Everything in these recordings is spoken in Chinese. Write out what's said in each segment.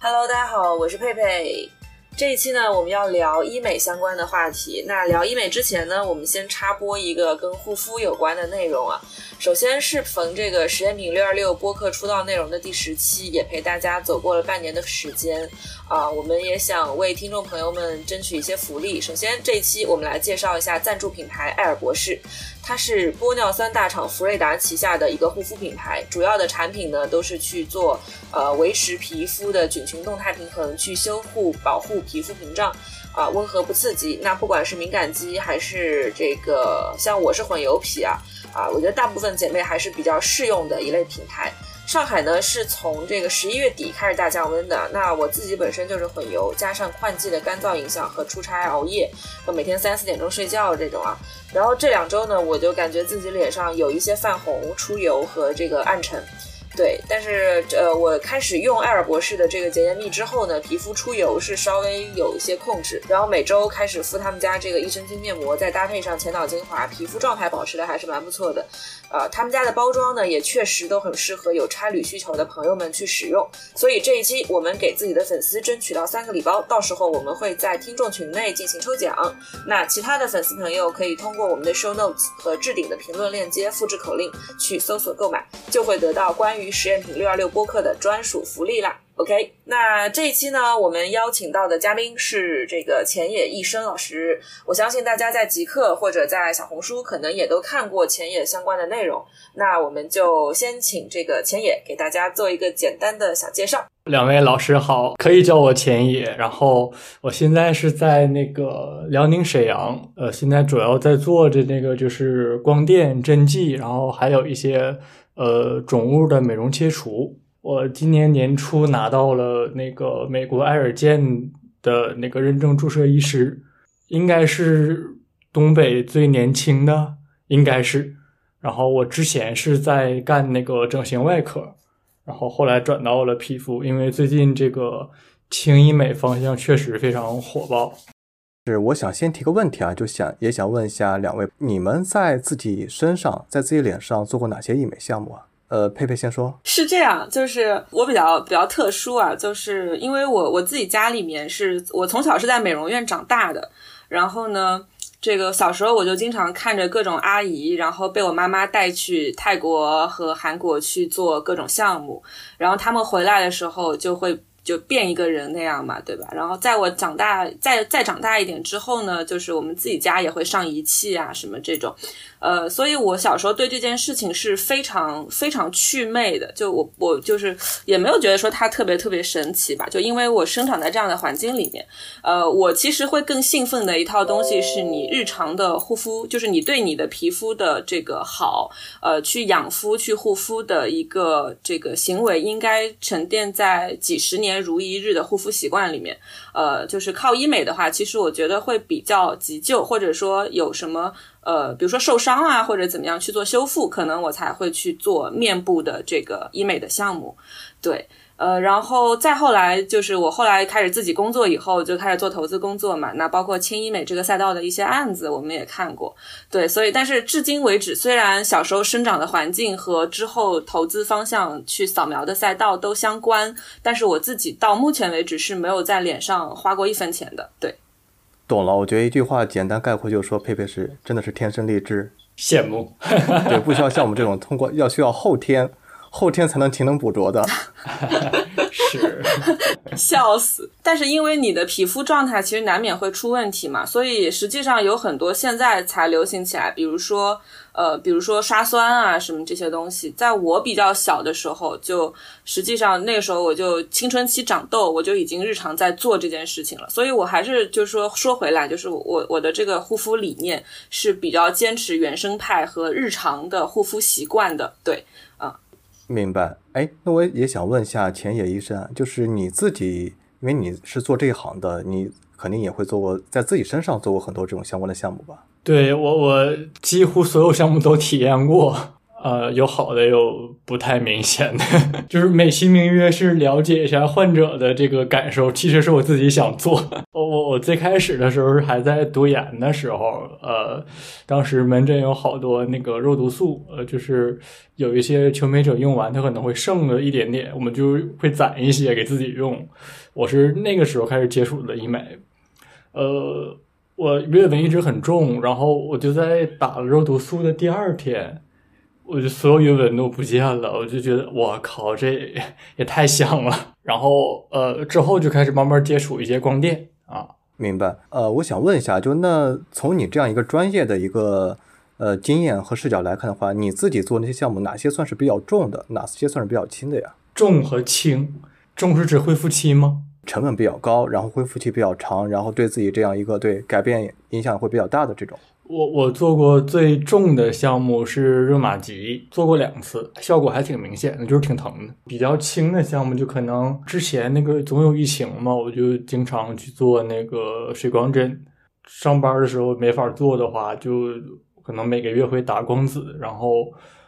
Hello， 大家好，我是佩佩。这一期呢，我们要聊医美相关的话题。那聊医美之前呢，我们先插播一个跟护肤有关的内容啊。首先是逢这个实验品626播客出道内容的第10期，也陪大家走过了半年的时间啊。我们也想为听众朋友们争取一些福利。首先这一期我们来介绍一下赞助品牌艾尔博士。它是玻尿酸大厂福瑞达旗下的一个护肤品牌，主要的产品呢都是去做维持皮肤的菌群动态平衡，去修护保护皮肤屏障温和不刺激。那不管是敏感肌还是这个像我是混油皮我觉得大部分姐妹还是比较适用的一类品牌。上海呢是从这个11月底开始大降温的，那我自己本身就是混油，加上换季的干燥影响和出差熬夜和每天3、4点钟睡觉这种然后这2周呢我就感觉自己脸上有一些泛红、出油和这个暗沉。对，但是我开始用艾尔博士的这个洁颜蜜之后呢，皮肤出油是稍微有一些控制，然后每周开始敷他们家这个益生菌面膜，再搭配上前导精华，皮肤状态保持的还是蛮不错的。他们家的包装呢也确实都很适合有差旅需求的朋友们去使用，所以这一期我们给自己的粉丝争取到3个礼包，到时候我们会在听众群内进行抽奖。那其他的粉丝朋友可以通过我们的 show notes 和置顶的评论链接复制口令去搜索购买，就会得到关于实验品626播客的专属福利啦。OK， 那这一期呢，我们邀请到的嘉宾是这个前野一生老师。我相信大家在极客或者在小红书可能也都看过前野相关的内容。那我们就先请这个前野给大家做一个简单的小介绍。 两位老师好，可以叫我前野。然后我现在是在那个辽宁沈阳，现在主要在做着那个就是光电针剂，然后还有一些肿物的美容切除。我今年年初拿到了那个美国爱尔健的那个认证注射医师，应该是东北最年轻的，应该是。然后我之前是在干那个整形外科，然后后来转到了皮肤，因为最近这个轻医美方向确实非常火爆。 我想先提个问题也想问一下两位，你们在自己身上在自己脸上做过哪些医美项目佩佩先说。 是这样，就是我比较特殊就是因为我自己家里面我从小是在美容院长大的，然后呢这个小时候我就经常看着各种阿姨，然后被我妈妈带去泰国和韩国去做各种项目，然后他们回来的时候就变一个人那样嘛，对吧？然后在我长大再长大一点之后呢，就是我们自己家也会上仪器什么这种，所以我小时候对这件事情是非常非常祛魅的，就我就是也没有觉得说它特别特别神奇吧，就因为我生长在这样的环境里面，我其实会更兴奋的一套东西是你日常的护肤，就是你对你的皮肤的这个好，去养肤去护肤的一个这个行为应该沉淀在几十年如一日的护肤习惯里面，就是靠医美的话，其实我觉得会比较急救，或者说有什么比如说受伤或者怎么样去做修复，可能我才会去做面部的这个医美的项目。对，然后再后来就是我后来开始自己工作以后就开始做投资工作嘛，那包括轻医美这个赛道的一些案子我们也看过。对，所以但是至今为止，虽然小时候生长的环境和之后投资方向去扫描的赛道都相关，但是我自己到目前为止是没有在脸上花过1分钱的。对， 懂了，我觉得一句话简单概括就是说佩佩真的是天生丽质， 羡慕。 对，不需要像我们这种需要后天才能勤能补拙的。 是笑死。但是因为你的皮肤状态其实难免会出问题嘛，所以实际上有很多现在才流行起来，比如说刷酸什么这些东西，在我比较小的时候，就实际上那个时候我就青春期长痘，我就已经日常在做这件事情了。所以我还是就是说回来，就是我的这个护肤理念是比较坚持原生态和日常的护肤习惯的。对， 明白。那我也想问一下前野医生，就是你自己，因为你是做这一行的，你肯定也会在自己身上做过很多这种相关的项目吧？ 对，我几乎所有项目都体验过。 有好的，有不太明显的，就是美其名曰是了解一下患者的这个感受，其实是我自己想做。我最开始的时候还在读研的时候，当时门诊有好多那个肉毒素，就是有一些求美者用完，他可能会剩了一点点，我们就会攒一些给自己用。我是那个时候开始接触的医美，我月纹一直很重，然后我就在打了肉毒素的第2天。我就所有鱼纹都不见了，我就觉得我靠，这也太香了。然后之后就开始慢慢接触一些光电啊。 明白。我想问一下，就那从你这样一个专业的一个经验和视角来看的话，你自己做那些项目，哪些算是比较重的，哪些算是比较轻的呀？ 重和轻，重是指恢复期吗？ 成本比较高，然后恢复期比较长，然后对自己这样一个对改变影响会比较大的这种。 我做过最重的项目是热玛吉，做过2次，效果还挺明显的，就是挺疼的。比较轻的项目就可能之前那个总有疫情嘛，我就经常去做那个水光针。上班的时候没法做的话，就可能每个月会打光子，然后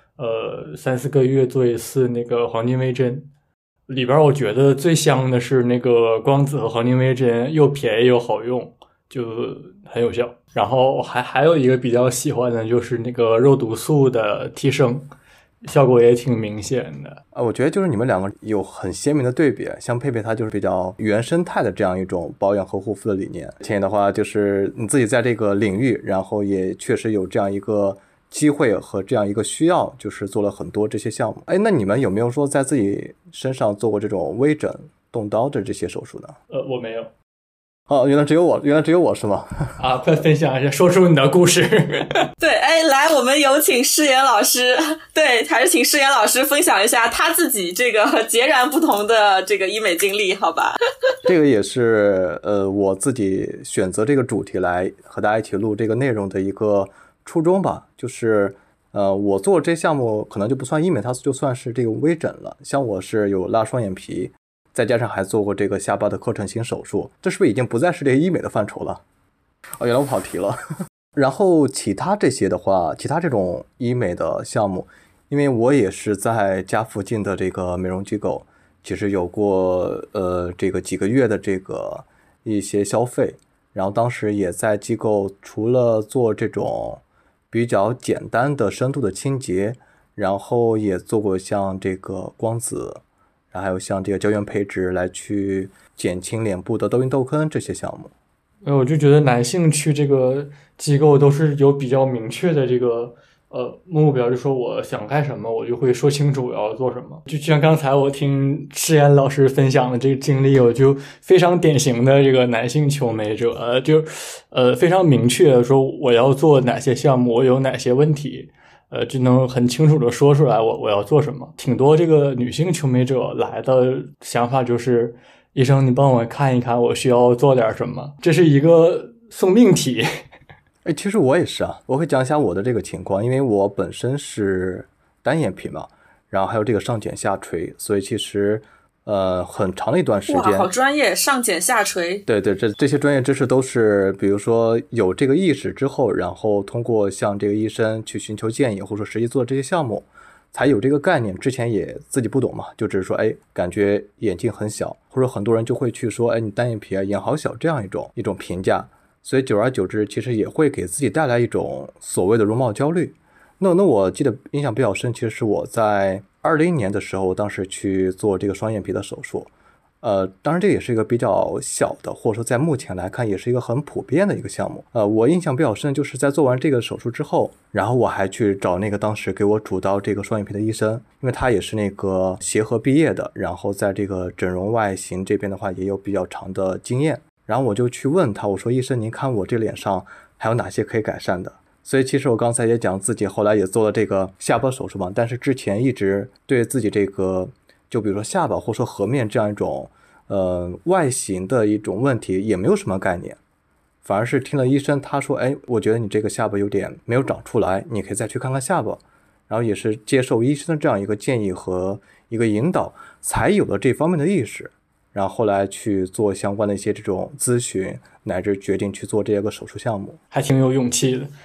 3-4个月做一次那个黄金微针。里边我觉得最香的是那个光子和黄金微针，又便宜又好用，就很有效。然后还有一个比较喜欢的就是那个肉毒素的提升，效果也挺明显的。 我觉得就是你们两个有很鲜明的对比，像佩佩她就是比较原生态的这样一种保养和护肤的理念，倩的话就是你自己在这个领域，然后也确实有这样一个机会和这样一个需要，就是做了很多这些项目。那你们有没有说在自己身上做过这种微整、动刀的这些手术呢？ 我没有。 原来只有我是吗？ 啊，快分享一下，说出你的故事。 对，来，我们有请诗妍老师。对，还是请诗妍老师分享一下他自己这个截然不同的这个医美经历，好吧？ 这个也是我自己选择这个主题来和大家一起录这个内容的一个初衷吧，就是我做这项目可能就不算医美，它就算是这个微整了。像我是有拉双眼皮，再加上还做过这个下巴的课程型手术，这是不是已经不再是这个医美的范畴了？原来我跑题了。然后其他这些的话，其他这种医美的项目，因为我也是在家附近的这个美容机构，其实有过这个几个月的这个一些消费，然后当时也在机构除了做这种比较简单的深度的清洁，然后也做过像这个光子，然后还有像这个胶原培植来去减轻脸部的痘印痘坑这些项目。 我就觉得男性去这个机构都是有比较明确的这个目标，就说我想干什么，我就会说清楚我要做什么。就像刚才我听诗妍老师分享的这个经历，我就非常典型的这个男性求美者，就非常明确说我要做哪些项目，我有哪些问题，就能很清楚的说出来我要做什么。挺多这个女性求美者来的想法就是医生，你帮我看一看我需要做点什么，这是一个送命题。 其实我也是啊，我会讲一下我的这个情况，因为我本身是单眼皮嘛，然后还有这个上睑下垂，所以其实很长的一段时间。 哇，好专业，上睑下垂。 对，这些专业知识都是比如说有这个意识之后，然后通过向这个医生去寻求建议，或者说实际做这些项目才有这个概念。之前也自己不懂嘛，就只是说感觉眼睛很小，或者很多人就会去说你单眼皮啊，眼好小，这样一种评价。所以久而久之其实也会给自己带来一种所谓的容貌焦虑。那我记得印象比较深，其实是我在2020年的时候，当时去做这个双眼皮的手术。当然这也是一个比较小的，或者说在目前来看也是一个很普遍的一个项目。我印象比较深就是在做完这个手术之后，然后我还去找那个当时给我主刀这个双眼皮的医生，因为他也是那个协和毕业的，然后在这个整容外形这边的话也有比较长的经验。然后我就去问他，我说医生您看我这脸上还有哪些可以改善的。所以其实我刚才也讲自己后来也做了这个下巴手术嘛，但是之前一直对自己这个就比如说下巴或者说颌面这样一种外形的一种问题也没有什么概念，反而是听了医生他说我觉得你这个下巴有点没有长出来，你可以再去看看下巴。然后也是接受医生的这样一个建议和一个引导，才有了这方面的意识，然后后来去做相关的一些这种咨询，乃至决定去做这个手术项目。 还挺有勇气的。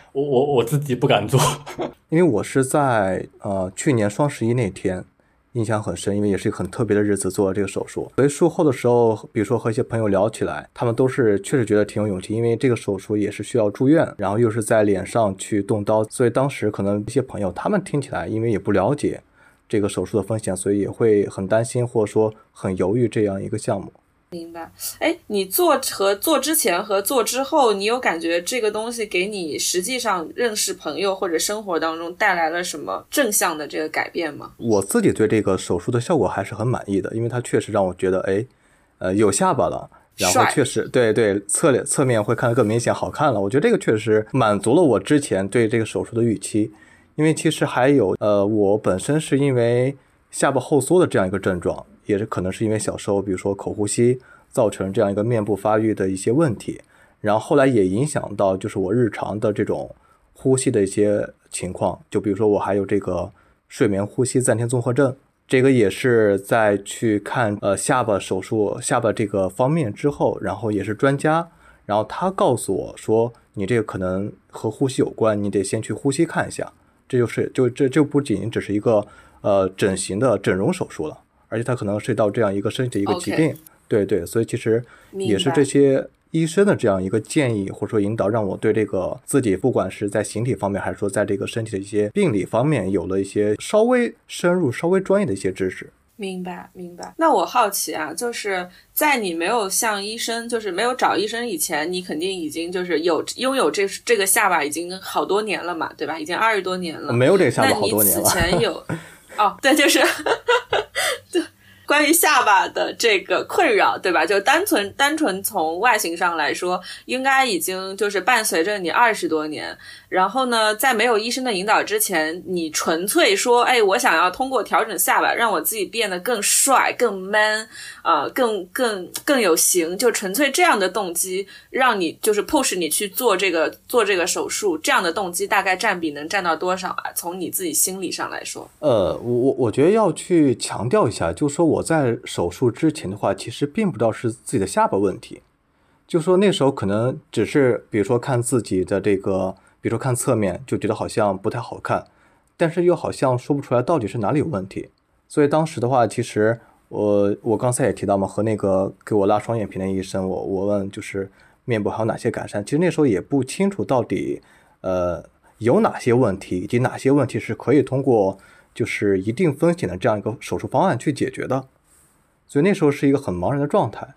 我自己不敢做。 因为我是在去年双11那天印象很深，因为也是一个很特别的日子做了这个手术，所以术后的时候，比如说和一些朋友聊起来，他们都是确实觉得挺有勇气，因为这个手术也是需要住院，然后又是在脸上去动刀，所以当时可能一些朋友他们听起来，因为也不了解这个手术的风险，所以也会很担心或者说很犹豫这样一个项目。 明白。哎，你做之前和做之后，你有感觉这个东西给你实际上认识朋友或者生活当中带来了什么正向的这个改变吗？ 我自己对这个手术的效果还是很满意的，因为它确实让我觉得，有下巴了，然后确实对侧面会看得更明显好看了。我觉得这个确实满足了我之前对这个手术的预期。因为其实还有我本身是因为下巴后缩的这样一个症状，也是可能是因为小时候比如说口呼吸造成这样一个面部发育的一些问题，然后后来也影响到就是我日常的这种呼吸的一些情况，就比如说我还有这个睡眠呼吸暂停综合症，这个也是在去看下巴手术下巴这个方面之后，然后也是专家，然后他告诉我说你这个可能和呼吸有关，你得先去呼吸看一下。这不仅只是一个整形的整容手术了，而且它可能涉及到这样一个身体的一个疾病。对，所以其实也是这些医生的这样一个建议或者说引导，让我对这个自己不管是在形体方面还是说在这个身体的一些病理方面有了一些稍微深入稍微专业的一些知识。 明白。那我好奇啊，就是在你没有向医生，就是没有找医生以前，你肯定已经就是拥有这个下巴已经好多年了嘛，对吧？已经20多年了。 没有这个下巴好多年了。 那你此前有哦，对，就是对。关于下巴的这个困扰，对吧？就单纯从外形上来说，应该已经就是伴随着你20多年。然后呢，在没有医生的引导之前，你纯粹说，哎，我想要通过调整下巴，让我自己变得更帅、更 man，更有型，就纯粹这样的动机，让你就是 push 你去做这个手术，这样的动机大概占比能占到多少啊？从你自己心理上来说， 我觉得要去强调一下，就是说我在手术之前的话，其实并不知道是自己的下巴问题，就说那时候可能只是比如说看自己的这个。比如说看侧面就觉得好像不太好看，但是又好像说不出来到底是哪里有问题。所以当时的话，其实我刚才也提到嘛，和那个给我拉双眼皮的医生，我问就是面部还有哪些改善。其实那时候也不清楚到底有哪些问题，以及哪些问题是可以通过就是一定风险的这样一个手术方案去解决的。所以那时候是一个很茫然的状态。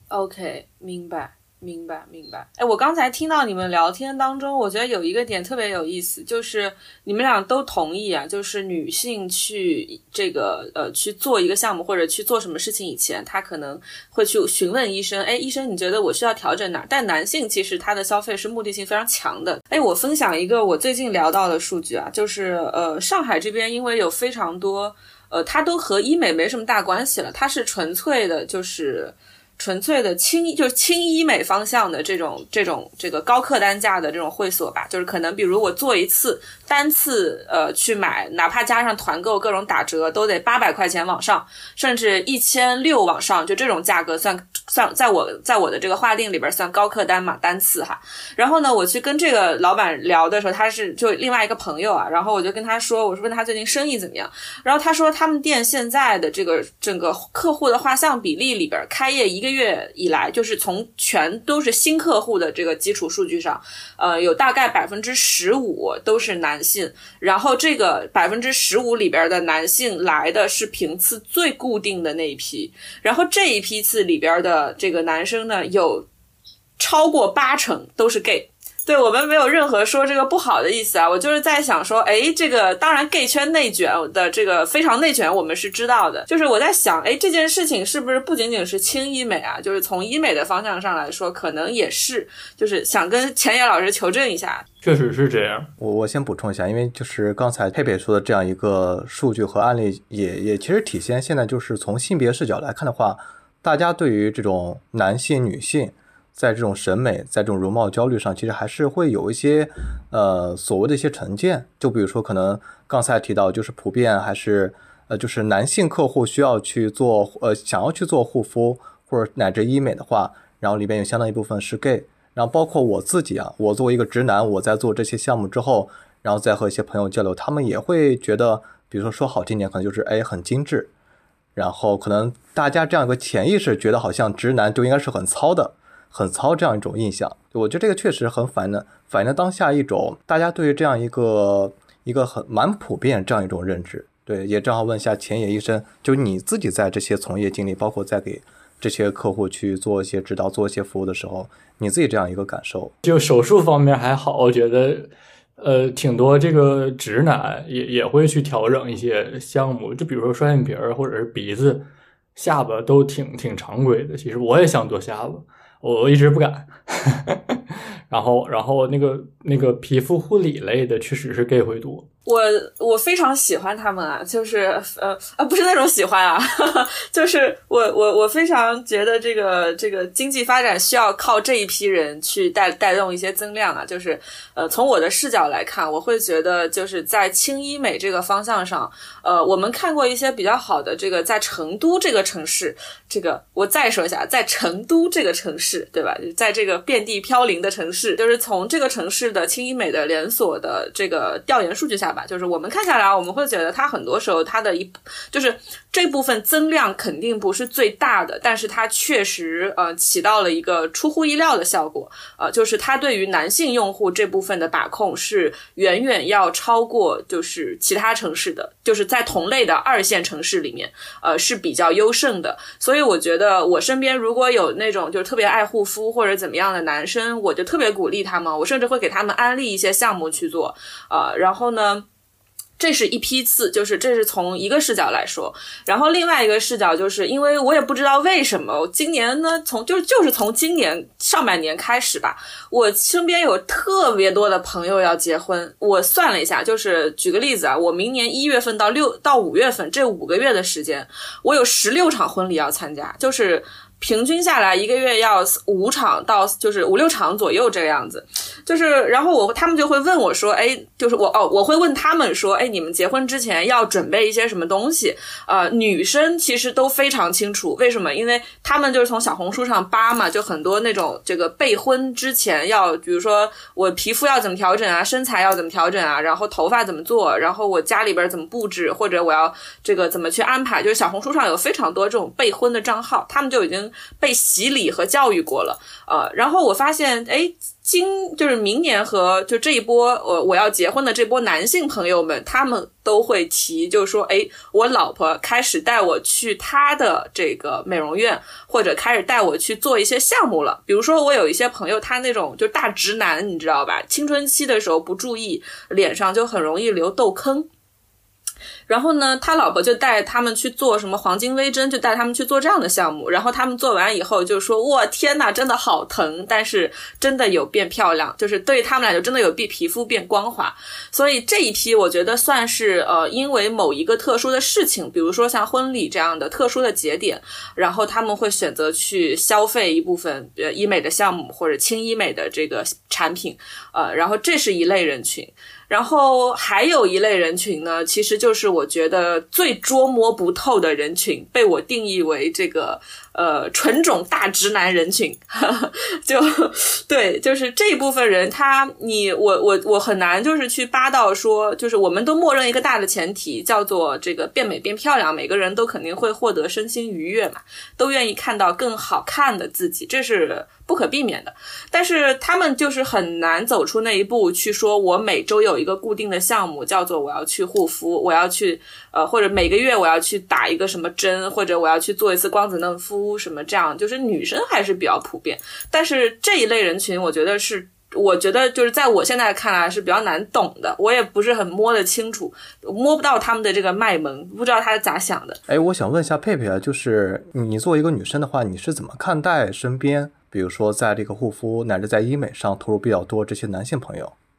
OK， 明白。哎，我刚才听到你们聊天当中，我觉得有一个点特别有意思，就是你们俩都同意啊，就是女性去这个去做一个项目或者去做什么事情以前，她可能会去询问医生，哎，医生你觉得我需要调整哪儿？但男性其实他的消费是目的性非常强的。哎，我分享一个我最近聊到的数据啊，就是上海这边因为有非常多它都和医美没什么大关系了，它是纯粹的轻医美方向的这个高客单价的这种会所吧，就是可能比如我做一次单次去买，哪怕加上团购各种打折都得800块钱往上，甚至1600往上，就这种价格算在我的这个划定里边算高客单嘛，单次哈。然后呢，我去跟这个老板聊的时候，他是就另外一个朋友啊，然后我就跟他说，我说问他最近生意怎么样，然后他说他们店现在的这个整个客户的画像比例里边，开业1个月以来，就是从全都是新客户的这个基础数据上，有大概15%都是男性，然后这个15%里边的男性来的是频次最固定的那一批，然后这一批次里边的这个男生呢，有超过80%都是 gay。对，我们没有任何说这个不好的意思啊，我就是在想说，哎，这个当然 gay 圈内卷的这个非常内卷我们是知道的，就是我在想，哎，这件事情是不是不仅仅是轻医美啊，就是从医美的方向上来说可能也是，就是想跟钱野老师求证一下。 确实是这样。 我先补充一下，因为就是刚才佩佩说的这样一个数据和案例也其实体现现在就是从性别视角来看的话，大家对于这种男性女性在这种审美在这种容貌焦虑上其实还是会有一些所谓的一些成见，就比如说可能刚才提到就是普遍还是就是男性客户需要去做想要去做护肤或者乃至医美的话，然后里边有相当一部分是 gay， 然后包括我自己啊，我作为一个直男，我在做这些项目之后，然后再和一些朋友交流，他们也会觉得，比如说好听点，可能就是很精致，然后可能大家这样一个潜意识觉得好像直男就应该是很糙的，很糙这样一种印象。我觉得这个确实很反映当下一种大家对于这样一个蛮普遍这样一种认知。对，也正好问一下前野医生，就你自己在这些从业经历，包括在给这些客户去做一些指导、做一些服务的时候，你自己这样一个感受？ 就手术方面还好，我觉得挺多这个直男也会去调整一些项目，就比如说双眼皮儿或者是鼻子、下巴都挺常规的。其实我也想做下巴，我一直不敢。然后那个皮肤护理类的确实是 gay 会多。 我非常喜欢他们啊，就是不是那种喜欢啊，就是我非常觉得这个经济发展需要靠这一批人去带动一些增量啊，就是从我的视角来看，我会觉得就是在轻医美这个方向上，我们看过一些比较好的这个在成都这个城市，这个我再说一下，在成都这个城市，对吧？在这个遍地飘零的城市，就是从这个城市的轻医美的连锁的这个调研数据下吧，就是我们看下来，我们会觉得它很多时候它的就是这部分增量肯定不是最大的，但是它确实起到了一个出乎意料的效果，就是它对于男性用户这部分的把控是远远要超过就是其他城市的，就是在同类的2线城市里面是比较优胜的。所以我觉得我身边如果有那种就是特别爱护肤或者怎么样的男生，我就特别鼓励他们，我甚至会给他们安利一些项目去做然后呢这是一批次，就是这是从一个视角来说，然后另外一个视角就是因为我也不知道为什么今年呢就是从今年上半年开始吧，我身边有特别多的朋友要结婚，我算了一下，就是举个例子啊，我明年1月份到5月份这5个月的时间，我有16场婚礼要参加，就是平均下来一个月要5场到就是5-6场左右这个样子，就是然后他们就会问我说，就是我会问他们说，你们结婚之前要准备一些什么东西？女生其实都非常清楚，为什么？因为他们就是从小红书上扒嘛，就很多那种这个备婚之前要，比如说我皮肤要怎么调整啊，身材要怎么调整啊，然后头发怎么做，然后我家里边怎么布置，或者我要这个怎么去安排，就是小红书上有非常多这种备婚的账号，他们就已经被洗礼和教育过了，然后我发现，就是明年和就这一波我要结婚的这波男性朋友们，他们都会提，就是说，我老婆开始带我去她的这个美容院，或者开始带我去做一些项目了。比如说，我有一些朋友，他那种就大直男，你知道吧？青春期的时候不注意，脸上就很容易留痘坑。然后呢，他老婆就带他们去做什么黄金微针，就带他们去做这样的项目，然后他们做完以后就说，哇天哪，真的好疼，但是真的有变漂亮，就是对于他们来说真的有皮肤变光滑。所以这一批我觉得算是因为某一个特殊的事情，比如说像婚礼这样的特殊的节点，然后他们会选择去消费一部分医美的项目或者轻医美的这个产品，然后这是一类人群。然后还有一类人群呢，其实就是我觉得最捉摸不透的人群，被我定义为这个纯种大直男人群。就对，就是这一部分人我很难就是去扒到说，就是我们都默认一个大的前提叫做这个变美变漂亮，每个人都肯定会获得身心愉悦嘛，都愿意看到更好看的自己，这是不可避免的。但是他们就是很难走出那一步去说，我每周有一个固定的项目叫做我要去护肤，我要去或者每个月我要去打一个什么针，或者我要去做一次光子嫩肤什么，这样就是女生还是比较普遍。但是这一类人群我觉得就是在我现在看来是比较难懂的，我也不是很摸得清楚，摸不到他们的这个脉门，不知道他是咋想的。 我想问一下佩佩啊，就是你作为一个女生的话，你是怎么看待身边比如说在这个护肤乃至在医美上投入比较多这些男性朋友？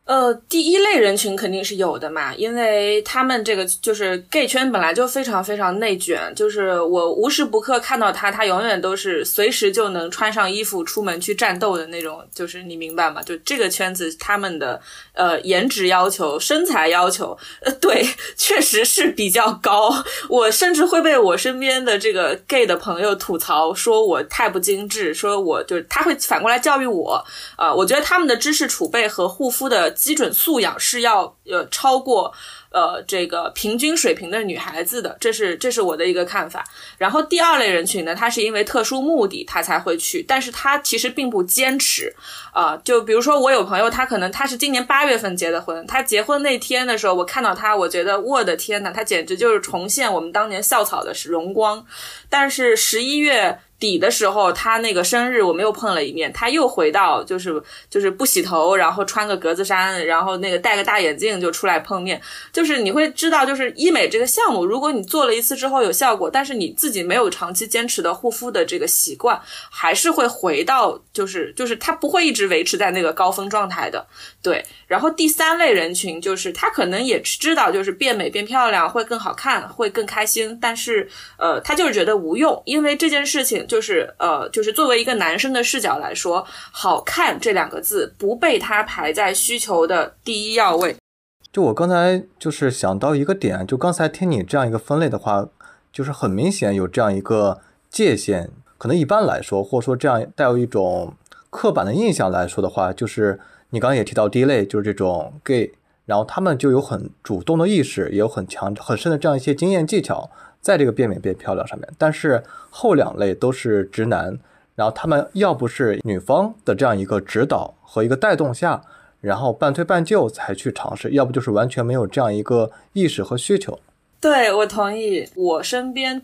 第一类人群肯定是有的嘛，因为他们这个就是 gay 圈本来就非常非常内卷，就是我无时不刻看到他永远都是随时就能穿上衣服出门去战斗的那种，就是你明白吗？就这个圈子他们的颜值要求、身材要求，对，确实是比较高。我甚至会被我身边的这个 gay 的朋友吐槽说我太不精致，说我就是他会反过来教育我，我觉得他们的知识储备和护肤的基准素养是要超过这个平均水平的女孩子的，这是我的一个看法。然后第二类人群呢，他是因为特殊目的他才会去，但是他其实并不坚持就比如说我有朋友，他是今年8月份结的婚，他结婚那天的时候，我看到他，我觉得我的天哪，他简直就是重现我们当年校草的荣光。但是11月底的时候，他那个生日我们又碰了一面，他又回到就是不洗头，然后穿个格子衫，然后那个戴个大眼镜就出来碰面。就是你会知道，就是医美这个项目，如果你做了一次之后有效果，但是你自己没有长期坚持的护肤的这个习惯，还是会回到就是他不会一直维持在那个高峰状态的。对，然后第三类人群就是他可能也知道就是变美变漂亮会更好看，会更开心，但是他就是觉得无用，因为这件事情就是作为一个男生的视角来说，好看这2个字不被他排在需求的第一要位。 就我刚才就是想到一个点，就刚才听你这样一个分类的话，就是很明显有这样一个界限，可能一般来说，或者说这样带有一种刻板的印象来说的话，就是你刚刚也提到第一类就是这种 gay， 然后他们就有很主动的意识，也有很强很深的这样一些经验技巧在这个变美变漂亮上面，但是后2类都是直男，然后他们要不是女方的这样一个指导和一个带动下，然后半推半就才去尝试，要不就是完全没有这样一个意识和需求。 对，我同意。我身边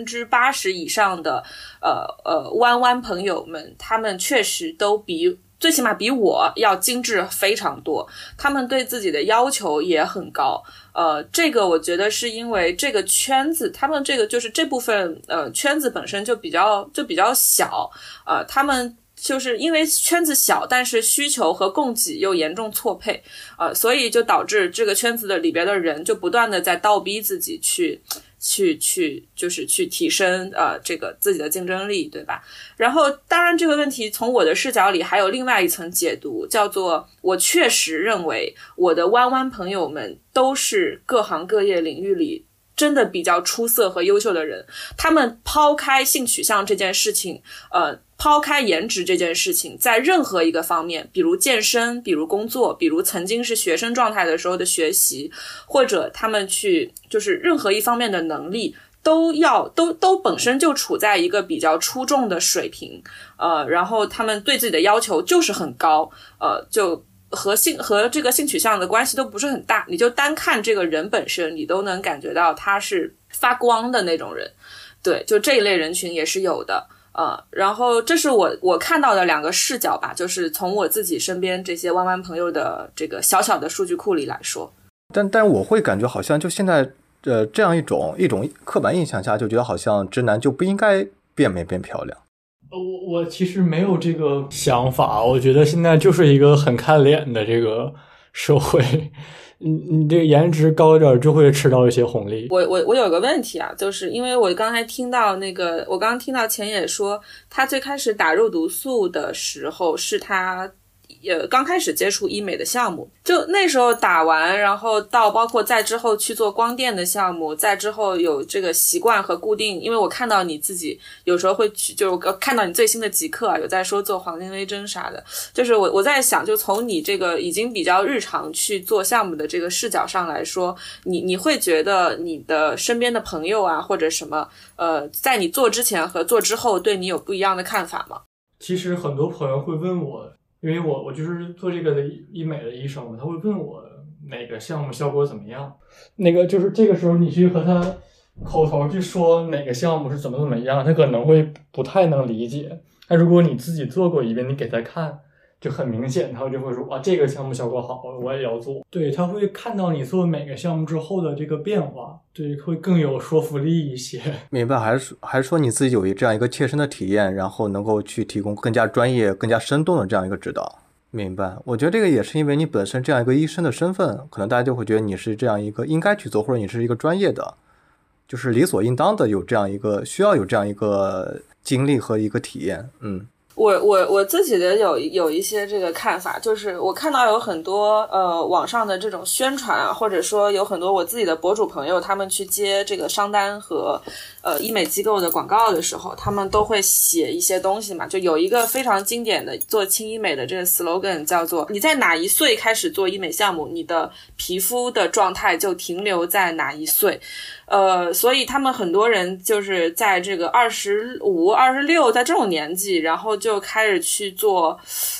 80%以上的弯弯朋友们，他们确实都最起码比我要精致非常多，他们对自己的要求也很高。这个我觉得是因为这个圈子，他们这个就是这部分圈子本身就比较小，他们就是因为圈子小，但是需求和供给又严重错配，所以就导致这个圈子的里边的人就不断的在倒逼自己去提升这个自己的竞争力，对吧？然后当然这个问题从我的视角里还有另外一层解读，叫做我确实认为我的弯弯朋友们都是各行各业领域里真的比较出色和优秀的人，他们抛开性取向这件事情，抛开颜值这件事情，在任何一个方面，比如健身，比如工作，比如曾经是学生状态的时候的学习，或者他们去就是任何一方面的能力都本身就处在一个比较出众的水平，然后他们对自己的要求就是很高，就和这个性取向的关系都不是很大，你就单看这个人本身，你都能感觉到他是发光的那种人。对，就这一类人群也是有的。然后这是我看到的2个视角吧，就是从我自己身边这些弯弯朋友的这个小小的数据库里来说。 但我会感觉好像就现在这样一种刻板印象下，就觉得好像直男就不应该变美变漂亮。 我其实没有这个想法，我觉得现在就是一个很看脸的这个社会，你这个颜值高一点就会吃到一些红利。 我有个问题啊，就是因为我刚才听到我刚刚听到钱野说，他最开始打肉毒素的时候是他刚开始接触医美的项目，就那时候打完，然后到包括在之后去做光电的项目，在之后有这个习惯和固定，因为我看到你自己有时候会去，就看到你最新的极客有在说做黄金微针啥的，就是我在想，就从你这个已经比较日常去做项目的这个视角上来说，你会觉得你的身边的朋友啊或者什么在你做之前和做之后对你有不一样的看法吗？ 其实很多朋友会问我，因为我就是做这个的医美的医生嘛，他会问我哪个项目效果怎么样。那个就是这个时候你去和他口头去说哪个项目是怎么样，他可能会不太能理解。但如果你自己做过一遍，你给他看，就很明显，他就会说哇，这个项目效果好，我也要做。对，他会看到你做每个项目之后的这个变化，对，会更有说服力一些。 明白，还是说你自己有这样一个切身的体验，然后能够去提供更加专业、更加生动的这样一个指导。 明白，我觉得这个也是因为你本身这样一个医生的身份，可能大家就会觉得你是这样一个应该去做，或者你是一个专业的，就是理所应当的有这样一个需要有这样一个经历和一个体验。 我自己的有一些这个看法，就是我看到有很多网上的这种宣传啊，或者说有很多我自己的博主朋友，他们去接这个商单和医美机构的广告的时候，他们都会写一些东西嘛，就有一个非常经典的做轻医美的这个 slogan 叫做你在哪一岁开始做医美项目，你的皮肤的状态就停留在哪一岁。所以他们很多人就是在这个25、26在这种年纪，然后就开始去做，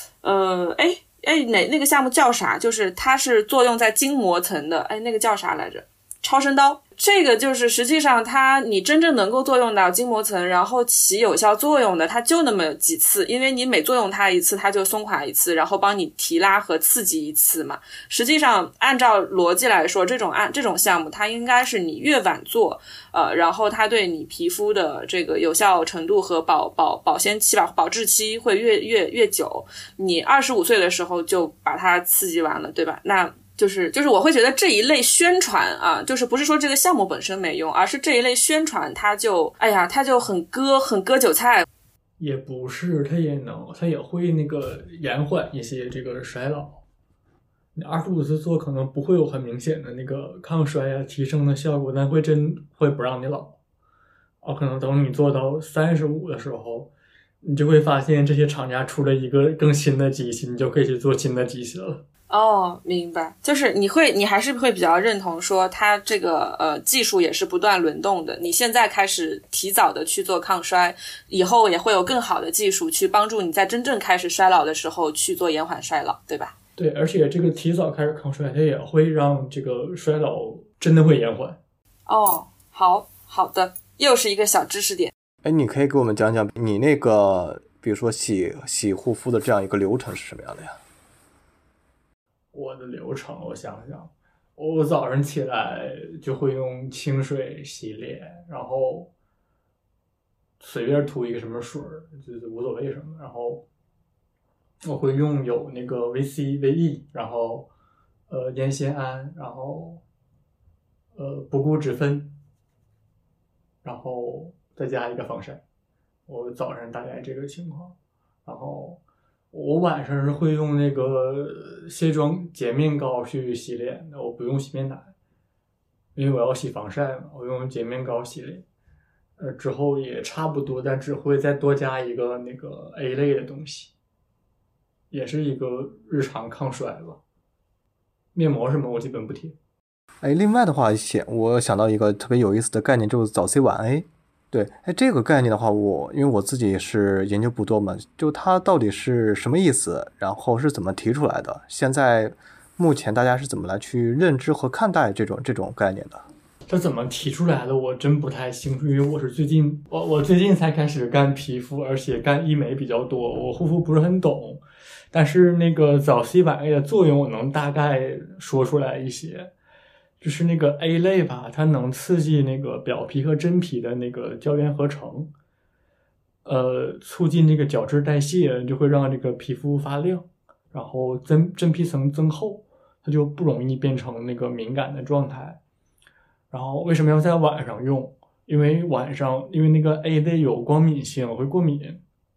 那个项目叫啥？就是它是作用在筋膜层的，那个叫啥来着？超声刀。这个就是实际上你真正能够作用到筋膜层，然后起有效作用的，它就那么几次，因为你每作用它一次，它就松垮一次，然后帮你提拉和刺激一次嘛。实际上按照逻辑来说，这种项目它应该是你越晚做，然后它对你皮肤的这个有效程度和保鲜期吧，保质期会越久。你25岁的时候就把它刺激完了，对吧？那就是我会觉得这一类宣传啊，就是不是说这个项目本身没用，而是这一类宣传它就很割韭菜。 也不是，它也会那个延缓一些这个衰老。你25岁做可能不会有很明显的那个抗衰啊提升的效果，但真会不让你老。可能等你做到35的时候，你就会发现这些厂家出了一个更新的机器，你就可以去做新的机器了。 明白，就是你还是会比较认同说它这个技术也是不断轮动的，你现在开始提早的去做抗衰，以后也会有更好的技术去帮助你在真正开始衰老的时候去做延缓衰老，对吧？ 对，而且这个提早开始抗衰，它也会让这个衰老真的会延缓。 好的，又是一个小知识点。 你可以给我们讲讲你那个比如说洗护肤的这样一个流程是什么样的呀？ 我的流程我想想，我早上起来就会用清水洗脸，然后随便涂一个什么水就是无所谓什么，然后我会用有那个 VC、VE， 然后烟酰胺，然后不固脂酚，然后再加一个防晒。我早上大概这个情况，然后我晚上是会用那个卸妆洁面膏去洗脸的，我不用洗面奶，因为我要洗防晒嘛，我用洁面膏洗脸。之后也差不多，但只会再多加一个那个 A 类的东西，也是一个日常抗衰吧。面膜什么我基本不贴。 另外的话，我想到一个特别有意思的概念，就是早 C 晚 A。对，这个概念的话，因为我自己是研究不多嘛，就它到底是什么意思，然后是怎么提出来的？现在目前大家是怎么来去认知和看待这种概念的？ 它怎么提出来的我真不太清楚，因为我是最近才开始干皮肤，而且干医美比较多，我护肤不是很懂。但是那个早 C 晚 A 的作用我能大概说出来一些。就是那个 A 类吧，它能刺激那个表皮和真皮的那个胶原合成，促进这个角质代谢，就会让这个皮肤发亮，然后真皮层增厚，它就不容易变成那个敏感的状态。然后为什么要在晚上用？因为那个 A 类有光敏性，会过敏。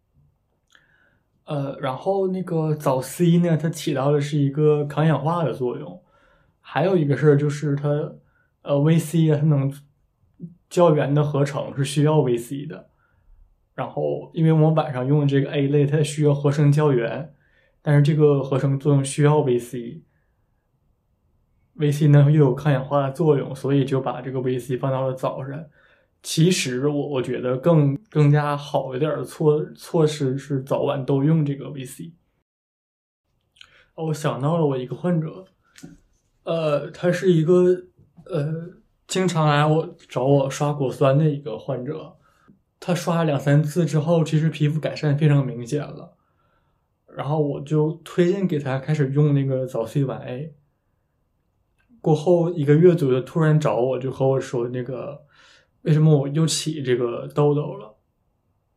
然后那个早 C 呢，它起到的是一个抗氧化的作用。还有一个事儿就是它VC 啊，它能胶原的合成是需要 VC 的。然后因为我们晚上用的这个 A 类，它需要合成胶原，但是这个合成作用需要 VC。VC 呢又有抗氧化的作用，所以就把这个 VC 放到了早上。其实我觉得更加好一点的措施是早晚都用这个 VC。我想到了我一个患者，他是一个经常来找我刷果酸的一个患者。他刷了2-3次之后，其实皮肤改善非常明显了。然后我就推荐给他开始用那个早 C 晚 A。过后1个月左右，突然找我，就和我说那个为什么我又起这个痘痘了。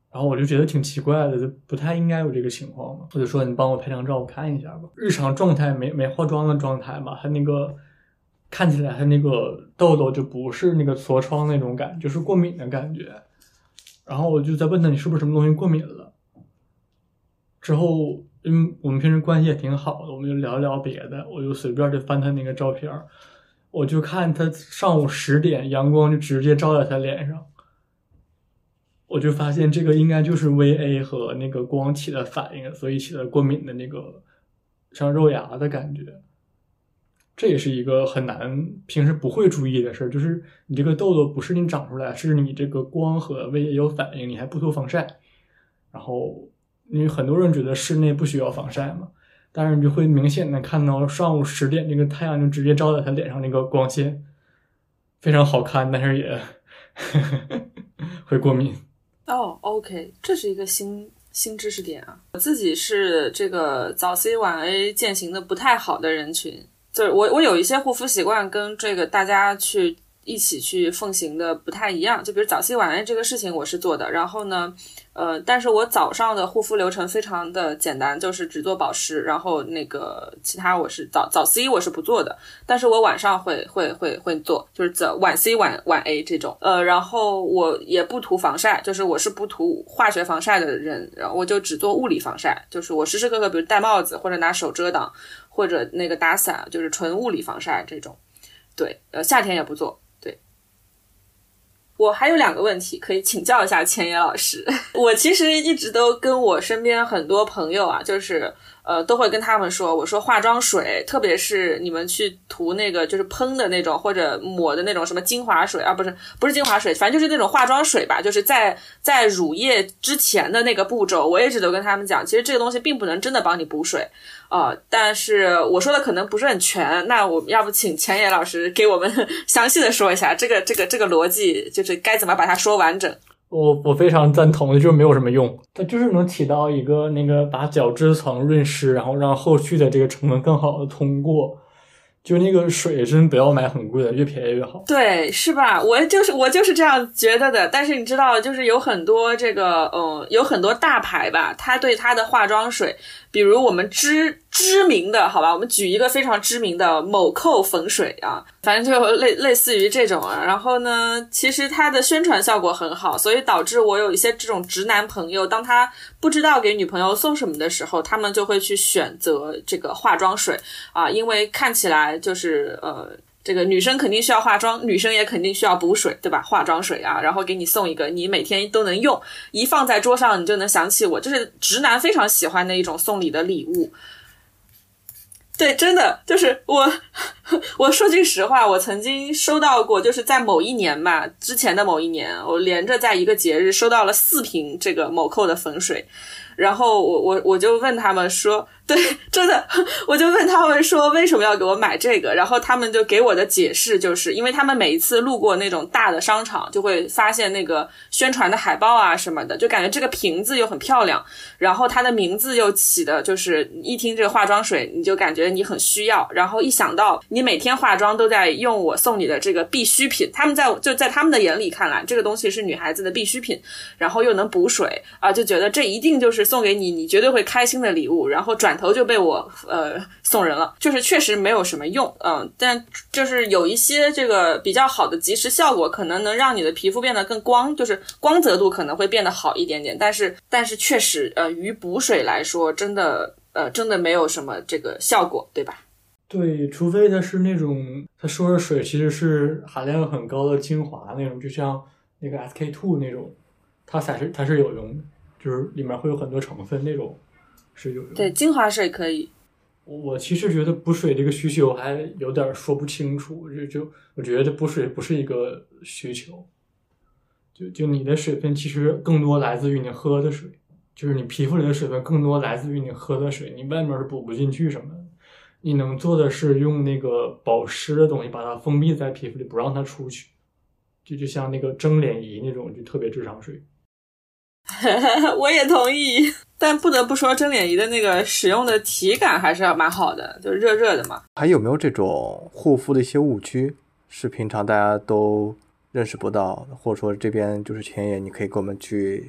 然后我就觉得挺奇怪的，就不太应该有这个情况嘛。我就说你帮我拍张照我看一下吧。日常状态没化妆的状态吧，它那个看起来它那个痘痘就不是那个痤疮那种感觉，就是过敏的感觉。然后我就在问他你是不是什么东西过敏了。之后因为我们平时关系也挺好的，我们就聊聊别的，我就随便就翻他那个照片，我就看他上午10点阳光就直接照在他脸上，我就发现这个应该就是 VA 和那个光起的反应，所以起了过敏的那个像肉芽的感觉。这也是一个很难平时不会注意的事儿，就是你这个痘痘不是你长出来，是你这个光和 VA 有反应，你还不涂防晒。然后因为很多人觉得室内不需要防晒嘛，但是你就会明显的看到上午10点这个太阳就直接照在他脸上，那个光线非常好看，但是也会过敏。 OK， 这是一个新知识点啊！我自己是这个早 C 晚 A 践行的不太好的人群，就是我有一些护肤习惯跟这个大家一起去奉行的不太一样。就比如早 C 晚 A 这个事情我是做的，然后呢，但是我早上的护肤流程非常的简单，就是只做保湿，然后那个其他我是早 C 我是不做的，但是我晚上会做，就是晚 C 晚 A 这种，然后我也不涂防晒，就是我是不涂化学防晒的人，然后我就只做物理防晒，就是我时时刻刻比如戴帽子或者拿手遮挡或者那个打伞，就是纯物理防晒这种。对，夏天也不做。我还有2个问题可以请教一下千野老师。我其实一直都跟我身边很多朋友啊，就是都会跟他们说，我说化妆水，特别是你们去涂那个就是喷的那种或者抹的那种什么精华水啊，不是精华水，反正就是那种化妆水吧，就是在乳液之前的那个步骤，我一直都跟他们讲，其实这个东西并不能真的帮你补水但是我说的可能不是很全，那我们要不请千野老师给我们详细的说一下这个逻辑，就是该怎么把它说完整。 我非常赞同的，就是没有什么用，它就是能起到一个那个把角质层润湿，然后让后续的这个成分更好的通过。就那个水真不要买很贵的，越便宜越好。 对，是吧？我就是这样觉得的。但是你知道，就是有很多这个有很多大牌吧，它对它的化妆水，比如我们知名的，好吧，我们举一个非常知名的某蔻粉水啊，反正就类似于这种啊。然后呢，其实它的宣传效果很好，所以导致我有一些这种直男朋友，当他不知道给女朋友送什么的时候，他们就会去选择这个化妆水啊，因为看起来就是这个女生肯定需要化妆，女生也肯定需要补水，对吧？化妆水啊，然后给你送一个，你每天都能用，一放在桌上你就能想起我，这是直男非常喜欢的一种送礼的礼物。对，真的就是我说句实话，我曾经收到过，就是在某一年吧，之前的某一年，我连着在一个节日收到了4瓶这个某蔻的粉水，然后我就问他们说，对，真的，我就问他们说为什么要给我买这个，然后他们就给我的解释就是因为他们每一次路过那种大的商场就会发现那个宣传的海报啊什么的，就感觉这个瓶子又很漂亮，然后它的名字又起的就是一听这个化妆水你就感觉你很需要，然后一想到你每天化妆都在用我送你的这个必需品，他们在他们的眼里看来这个东西是女孩子的必需品，然后又能补水啊，就觉得这一定就是送给你绝对会开心的礼物，然后转头就被我送人了，就是确实没有什么用但就是有一些这个比较好的即时效果，可能能让你的皮肤变得更光，就是光泽度可能会变得好一点点，但是确实于补水来说真的没有什么这个效果，对吧？ 对，除非它是那种他说的水其实是含量很高的精华那种，就像那个 SK2 那种，它是有用的，就是里面会有很多成分那种是有用的。 对，精华水可以。 我其实觉得补水这个需求还有点说不清楚，我觉得补水不是一个需求，就你的水分其实更多来自于你喝的水，就是你皮肤里的水分更多来自于你喝的水，你外面是补不进去什么的。你能做的是用那个保湿的东西把它封闭在皮肤里，不让它出去，就像那个蒸脸仪那种，就特别智商税。 我也同意，但不得不说蒸脸仪的那个使用的体感还是蛮好的，就热热的嘛。 还有没有这种护肤的一些误区是平常大家都认识不到的，或者说这边就是前沿你可以给我们去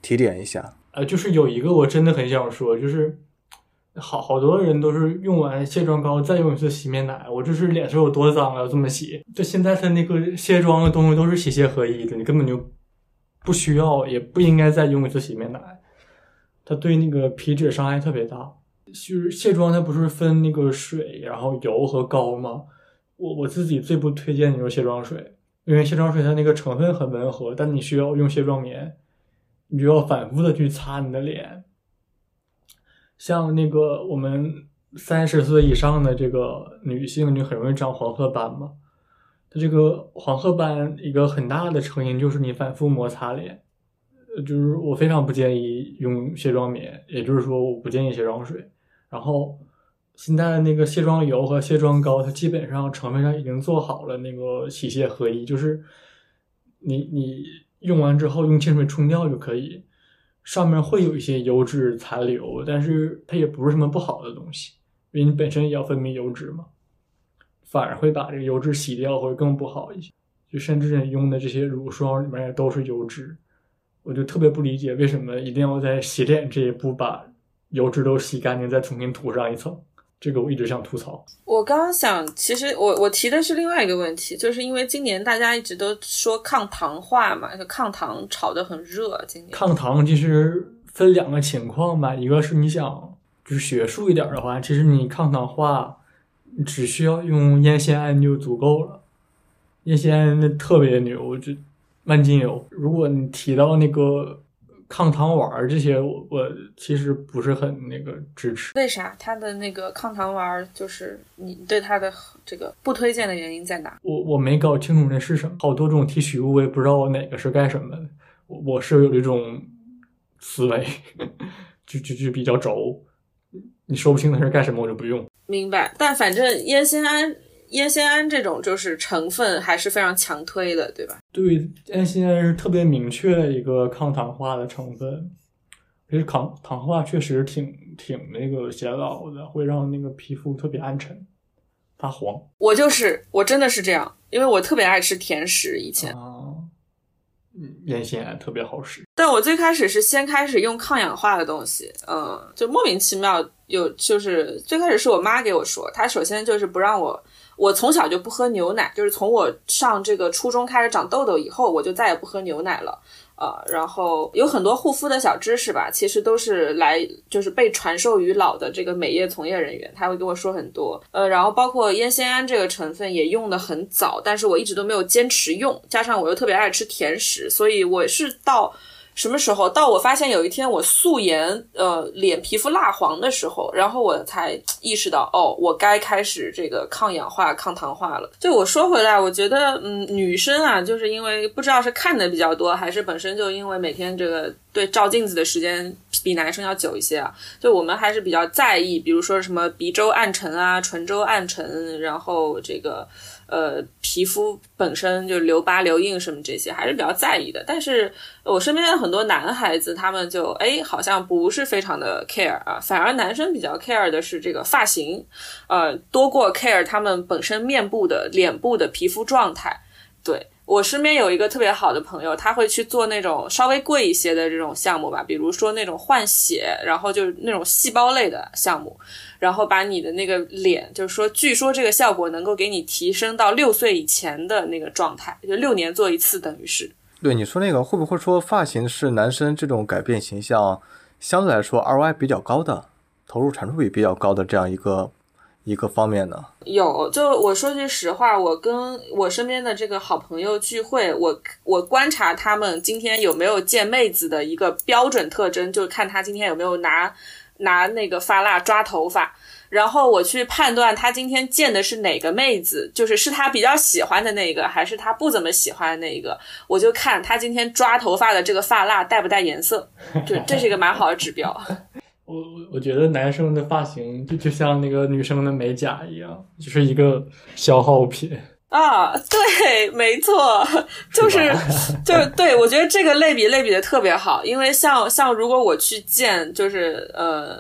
提点一下。 就是有一个我真的很想说，就是好多人都是用完卸妆膏再用一次洗面奶，我就是脸是有多脏要这么洗。就现在它那个卸妆的东西都是洗卸合一的，你根本就不需要也不应该再用一次洗面奶，它对那个皮脂伤害特别大。就是卸妆它不是分那个水然后油和膏吗？我自己最不推荐你用卸妆水，因为卸妆水它那个成分很温和，但你需要用卸妆棉，你就要反复的去擦你的脸。像那个我们30岁以上的这个女性就很容易长黄褐斑嘛，它这个黄褐斑一个很大的成因就是你反复摩擦脸，就是我非常不建议用卸妆棉，也就是说我不建议卸妆水。然后现在那个卸妆油和卸妆膏它基本上成分上已经做好了那个洗卸合一，就是你用完之后用清水冲掉就可以，上面会有一些油脂残留，但是它也不是什么不好的东西，因为你本身也要分泌油脂嘛，反而会把这个油脂洗掉会更不好一些。就甚至你用的这些乳霜里面也都是油脂，我就特别不理解为什么一定要在洗脸这一步把油脂都洗干净再重新涂上一层，这个我一直想吐槽。 我刚刚想，其实我提的是另外一个问题，就是因为今年大家一直都说抗糖化嘛，就抗糖炒得很热。今年抗糖其实分2个情况吧，一个是你想就是学术一点的话，其实你抗糖化你只需要用烟酰胺就足够了，烟酰胺特别牛，就万金油。如果你提到那个抗糖丸这些，我其实不是很那个支持。 为啥？它的那个抗糖丸就是你对它的这个不推荐的原因在哪？ 我没搞清楚那是什么，好多种提取物我也不知道我哪个是干什么的。我是有这种思维，就比较轴，你说不清它是干什么我就不用。 明白。但反正烟酰胺这种就是成分还是非常强推的，对吧？对， 烟酰胺是特别明确的一个抗糖化的成分，其实糖化确实挺那个显老的，会让那个皮肤特别暗沉发黄。 我真的是这样，因为我特别爱吃甜食以前烟酰胺特别好使。 但我最开始是先开始用抗氧化的东西，就莫名其妙就是最开始是我妈给我说，她首先就是不让我从小就不喝牛奶，就是从我上这个初中开始长痘痘以后，我就再也不喝牛奶了。然后有很多护肤的小知识吧，其实都是就是被传授于老的这个美业从业人员，他会跟我说很多。然后包括烟酰胺这个成分也用得很早，但是我一直都没有坚持用，加上我又特别爱吃甜食，所以我是到什么时候？到我发现有一天我素颜脸皮肤蜡黄的时候，然后我才意识到我该开始这个抗氧化抗糖化了。就我说回来，我觉得女生啊，就是因为不知道是看的比较多，还是本身就因为每天这个对照镜子的时间比男生要久一些啊，就我们还是比较在意，比如说什么鼻周暗沉啊、唇周暗沉，然后这个皮肤本身就留疤留印什么这些还是比较在意的。但是我身边的很多男孩子他们就好像不是非常的 care 啊，反而男生比较 care 的是这个发型，多过 care 他们本身面部的脸部的皮肤状态。对，我身边有一个特别好的朋友，他会去做那种稍微贵一些的这种项目吧，比如说那种换血，然后就是那种细胞类的项目，然后把你的那个脸，就是说据说这个效果能够给你提升到6岁以前的那个状态，就6年做一次，等于是。 对，你说那个会不会说发型是男生这种改变形象相对来说 ROI 比较高的，投入产出比比较高的这样一个方面呢？ 有，就我说句实话，我跟我身边的这个好朋友聚会，我观察他们今天有没有见妹子的一个标准特征，就看他今天有没有拿那个发蜡抓头发，然后我去判断他今天见的是哪个妹子，是他比较喜欢的那个还是他不怎么喜欢的那个，我就看他今天抓头发的这个发蜡带不带颜色，这是一个蛮好的指标。 我觉得男生的发型就像那个女生的美甲一样，就是一个消耗品啊。对，没错，就是对，我觉得这个类比的特别好，因为像如果我去见就是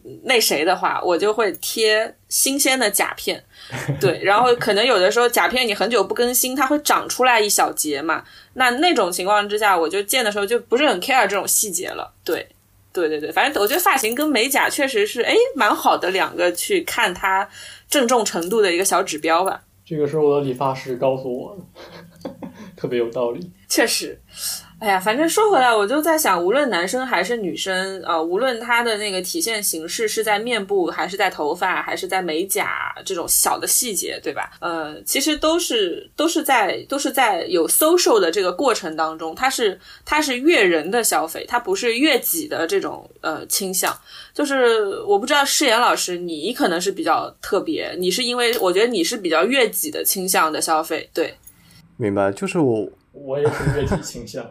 那谁的话，我就会贴新鲜的甲片，对，然后可能有的时候甲片你很久不更新，它会长出来一小节嘛，那种情况之下，我就见的时候就不是很 care 这种细节了，对。对对对，反正我觉得发型跟美甲确实是蛮好的两个去看它郑重程度的一个小指标吧。 这个是我的理发师告诉我的，特别有道理。 确实，哎呀，反正说回来，我就在想，无论男生还是女生，无论他的那个体现形式是在面部，还是在头发，还是在美甲这种小的细节，对吧？其实都是在有 social 的这个过程当中，它是悦人的消费，它不是悦己的这种倾向。就是我不知道世妍老师，你可能是比较特别，你是因为我觉得你是比较悦己的倾向的消费，对。 明白，就是我也是悦己倾向。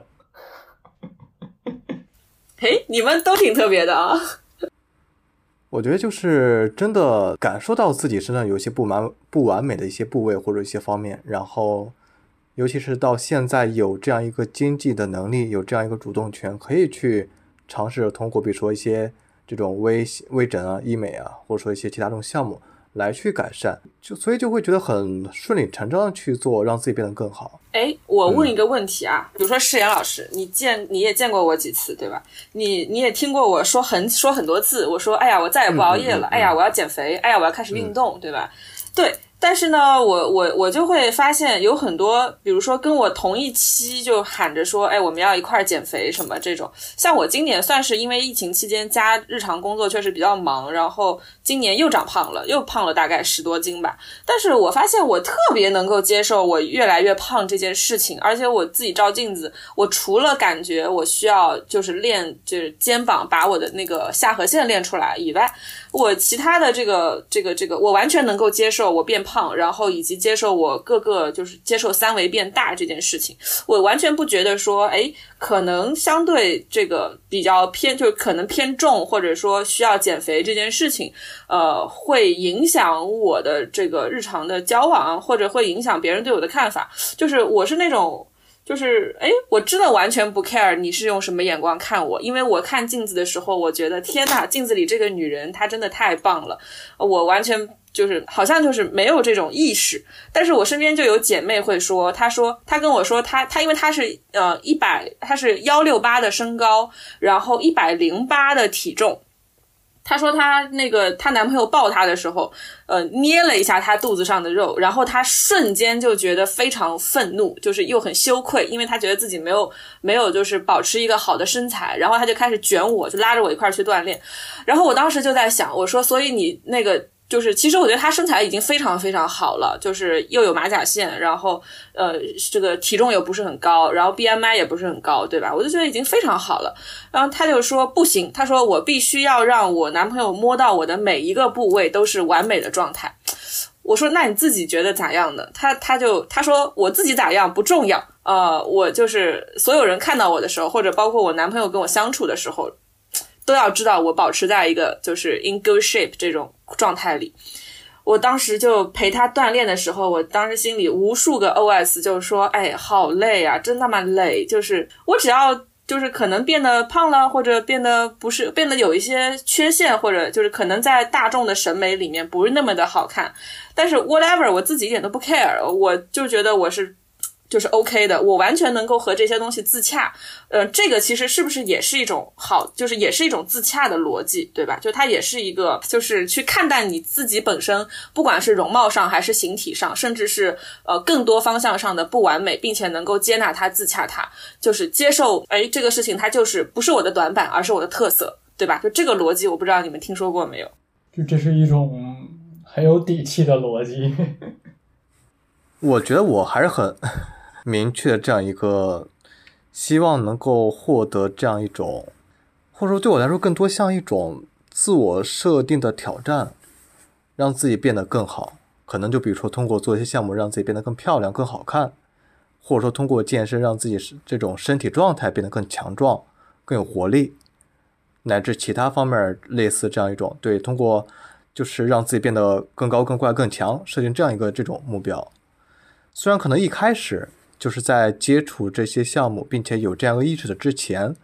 嘿，你们都挺特别的啊。 我觉得就是真的感受到自己身上有一些不完美的一些部位或者一些方面，然后尤其是到现在有这样一个经济的能力，有这样一个主动权，可以去尝试通过比如说一些这种微整啊、医美啊，或者说一些其他这种项目来去改善，所以就会觉得很顺理成章的去做，让自己变得更好。 我问一个问题啊，比如说世妍老师，你也见过我几次，对吧？你也听过我说很多次，我说哎呀，我再也不熬夜了，哎呀，我要减肥，哎呀，我要开始运动，对吧？对。但是呢，我就会发现有很多，比如说跟我同一期就喊着说，我们要一块减肥什么这种。像我今年算是因为疫情期间加日常工作确实比较忙，然后今年又胖了大概10多斤吧。但是我发现我特别能够接受我越来越胖这件事情，而且我自己照镜子，我除了感觉我需要就是肩膀把我的那个下颌线练出来以外，我其他的这个我完全能够接受我变胖，然后以及接受我各个就是接受三维变大这件事情，我完全不觉得说可能相对这个比较偏就是可能偏重或者说需要减肥这件事情会影响我的这个日常的交往，或者会影响别人对我的看法。就是我是那种就是我真的完全不 care 你是用什么眼光看我，因为我看镜子的时候我觉得天哪，镜子里这个女人她真的太棒了，我完全就是好像就是没有这种意识。但是我身边就有姐妹会说，她跟我说她因为她是她是168的身高，然后108的体重。她说她男朋友抱她的时候捏了一下她肚子上的肉，然后她瞬间就觉得非常愤怒，就是又很羞愧，因为她觉得自己没有就是保持一个好的身材，然后她就开始卷我，就拉着我一块去锻炼。然后我当时就在想，我说所以你那个就是其实我觉得她身材已经非常非常好了，就是又有马甲线，然后这个体重也不是很高，然后 BMI 也不是很高，对吧？我就觉得已经非常好了。然后她就说不行，她说我必须要让我男朋友摸到我的每一个部位都是完美的状态。我说那你自己觉得咋样呢？她说我自己咋样不重要，我就是所有人看到我的时候，或者包括我男朋友跟我相处的时候，都要知道我保持在一个就是 in good shape 这种状态里。我当时就陪他锻炼的时候，我当时心里无数个 OS 就是说好累啊，真他妈累，就是我只要就是可能变得胖了，或者变得有一些缺陷，或者就是可能在大众的审美里面不是那么的好看，但是 whatever 我自己一点都不 care， 我就觉得我是就是 OK 的，我完全能够和这些东西自洽。这个其实是不是也是一种就是也是一种自洽的逻辑，对吧？就它也是一个就是去看待你自己本身，不管是容貌上还是形体上，甚至是更多方向上的不完美，并且能够接纳它、自洽它，就是接受这个事情它就是不是我的短板，而是我的特色，对吧？就这个逻辑我不知道你们听说过没有。 就这是一种很有底气的逻辑。 我觉得我还是很明确的这样一个希望能够获得这样一种，或者说对我来说更多像一种自我设定的挑战，让自己变得更好。可能就比如说通过做一些项目让自己变得更漂亮更好看，或者说通过健身让自己这种身体状态变得更强壮更有活力，乃至其他方面类似这样一种，对，通过就是让自己变得更高更快更强，设定这样一个这种目标。虽然可能一开始就是在接触这些项目并且有这样一个意识的之前，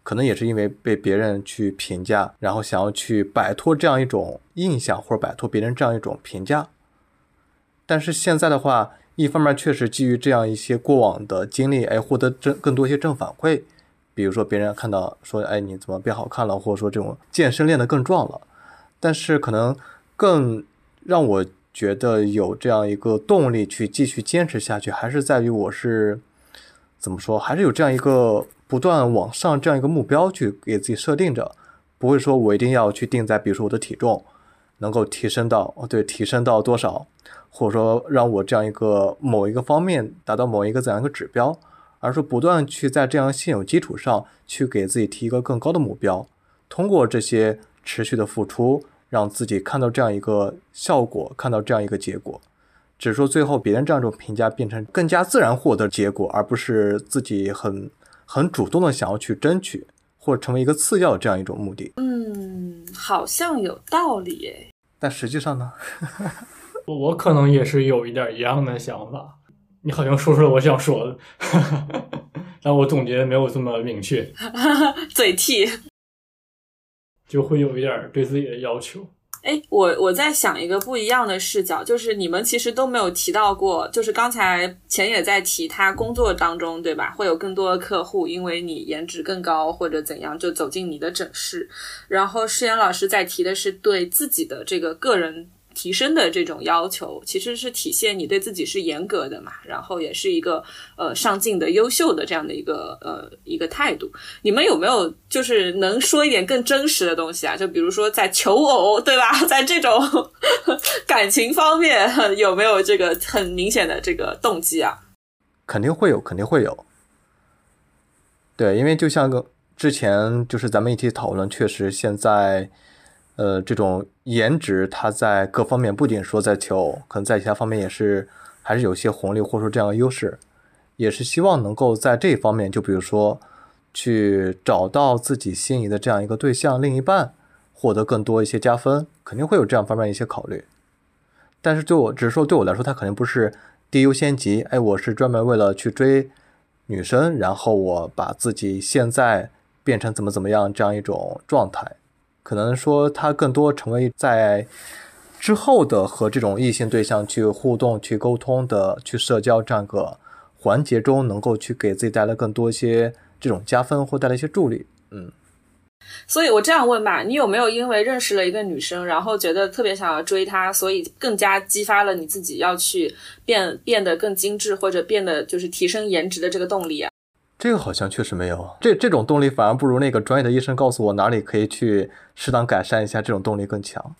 可能也是因为被别人去评价，然后想要去摆脱这样一种印象，或者摆脱别人这样一种评价。但是现在的话，一方面确实基于这样一些过往的经历，获得更多一些正反馈，比如说别人看到说，你怎么变好看了，或者说这种健身练得更壮了。但是可能更让我觉得有这样一个动力去继续坚持下去，还是在于我是怎么说，还是有这样一个不断往上这样一个目标去给自己设定着，不会说我一定要去定在比如说我的体重能够提升到多少，或者说让我这样一个某一个方面达到某一个怎样一个指标，而是不断去在这样现有基础上去给自己提一个更高的目标，通过这些持续的付出让自己看到这样一个效果，看到这样一个结果，只是说最后别人这样一种评价变成更加自然获得结果，而不是自己很主动的想要去争取或者成为一个次要的这样一种目的。 好像有道理耶。 但实际上呢我可能也是有一点一样的想法，你好像说出了我想说的但我总结的没有这么明确嘴替， 就会有一点对自己的要求。 我在想一个不一样的视角，就是你们其实都没有提到过，就是刚才钱也在提他工作当中，对吧，会有更多的客户因为你颜值更高或者怎样就走进你的诊室，然后诗妍老师在提的是对自己的这个个人提升的这种要求，其实是体现你对自己是严格的嘛，然后也是一个上进的优秀的这样的一个态度。你们有没有就是能说一点更真实的东西啊？就比如说在求偶，对吧，在这种感情方面有没有这个很明显的这个动机啊？ 肯定会有。对，因为就像之前就是咱们一起讨论，确实现在这种颜值它在各方面不仅说在求偶，可能在其他方面也是还是有些红利或者说这样的优势，也是希望能够在这一方面，就比如说去找到自己心仪的这样一个对象另一半，获得更多一些加分，肯定会有这样方面一些考虑。但是只是说对我来说，它肯定不是第一优先级。我是专门为了去追女生，然后我把自己现在变成怎么样这样一种状态。可能说它更多成为在之后的和这种异性对象去互动、去沟通的、去社交这样一个环节中，能够去给自己带来更多一些这种加分或带来一些助力。 所以我这样问吧，你有没有因为认识了一个女生，然后觉得特别想要追她，所以更加激发了你自己要去变得更精致，或者变得就是提升颜值的这个动力啊？ 这个好像确实没有，这种动力反而不如那个专业的医生告诉我哪里可以去适当改善一下，这种动力更强。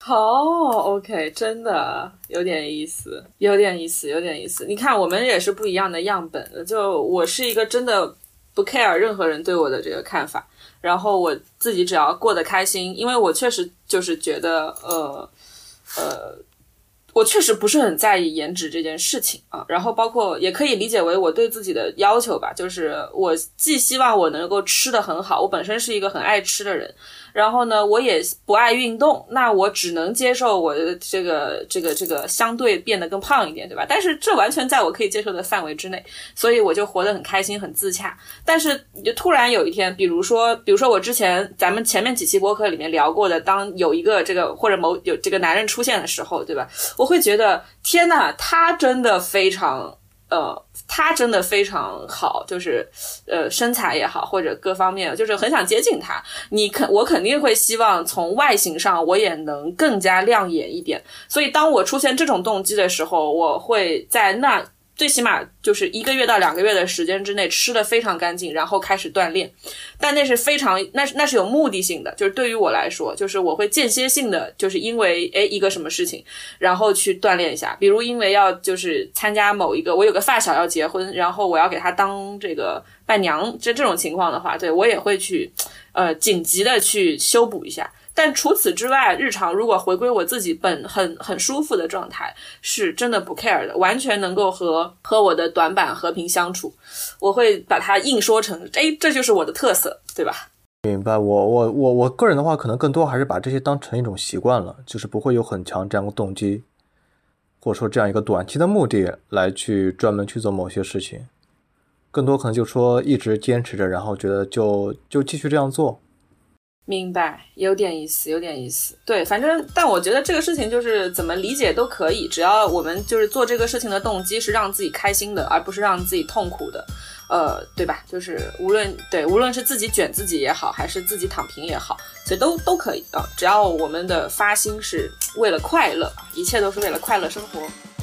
OK， 真的有点意思。你看我们也是不一样的样本，就我是一个真的不 care 任何人对我的这个看法，然后我自己只要过得开心，因为我确实就是觉得我确实不是很在意颜值这件事情啊，然后包括也可以理解为我对自己的要求吧，就是我既希望我能够吃得很好，我本身是一个很爱吃的人，然后呢我也不爱运动，那我只能接受我的这个相对变得更胖一点，对吧？但是这完全在我可以接受的范围之内，所以我就活得很开心很自洽。但是就突然有一天，比如说我之前咱们前面几期播客里面聊过的，当有一个这个或者有这个男人出现的时候，对吧，我会觉得天哪，他真的非常好，就是身材也好，或者各方面，就是很想接近他。我肯定会希望从外形上我也能更加亮眼一点。所以当我出现这种动机的时候，我会在那最起码就是1个月到2个月的时间之内吃得非常干净，然后开始锻炼。但那是那是有目的性的，就是对于我来说，就是我会间歇性的，就是因为一个什么事情，然后去锻炼一下。比如因为要就是参加某一个，我有个发小要结婚，然后我要给他当这个伴娘，这种情况的话，对，我也会去紧急的去修补一下。但除此之外，日常如果回归我自己很舒服的状态，是真的不 care 的，完全能够和我的短板和平相处。我会把它硬说成这就是我的特色，对吧？ 明白。我个人的话，可能更多还是把这些当成一种习惯了，就是不会有很强这样的动机，或者说这样一个短期的目的来去专门去做某些事情。 更多可能就说一直坚持着，然后觉得就继续这样做。 明白，有点意思，有点意思。对，反正但我觉得这个事情就是怎么理解都可以，只要我们就是做这个事情的动机是让自己开心的，而不是让自己痛苦的，对吧？就是无论是自己卷自己也好，还是自己躺平也好，所以都可以啊，只要我们的发心是为了快乐，一切都是为了快乐生活。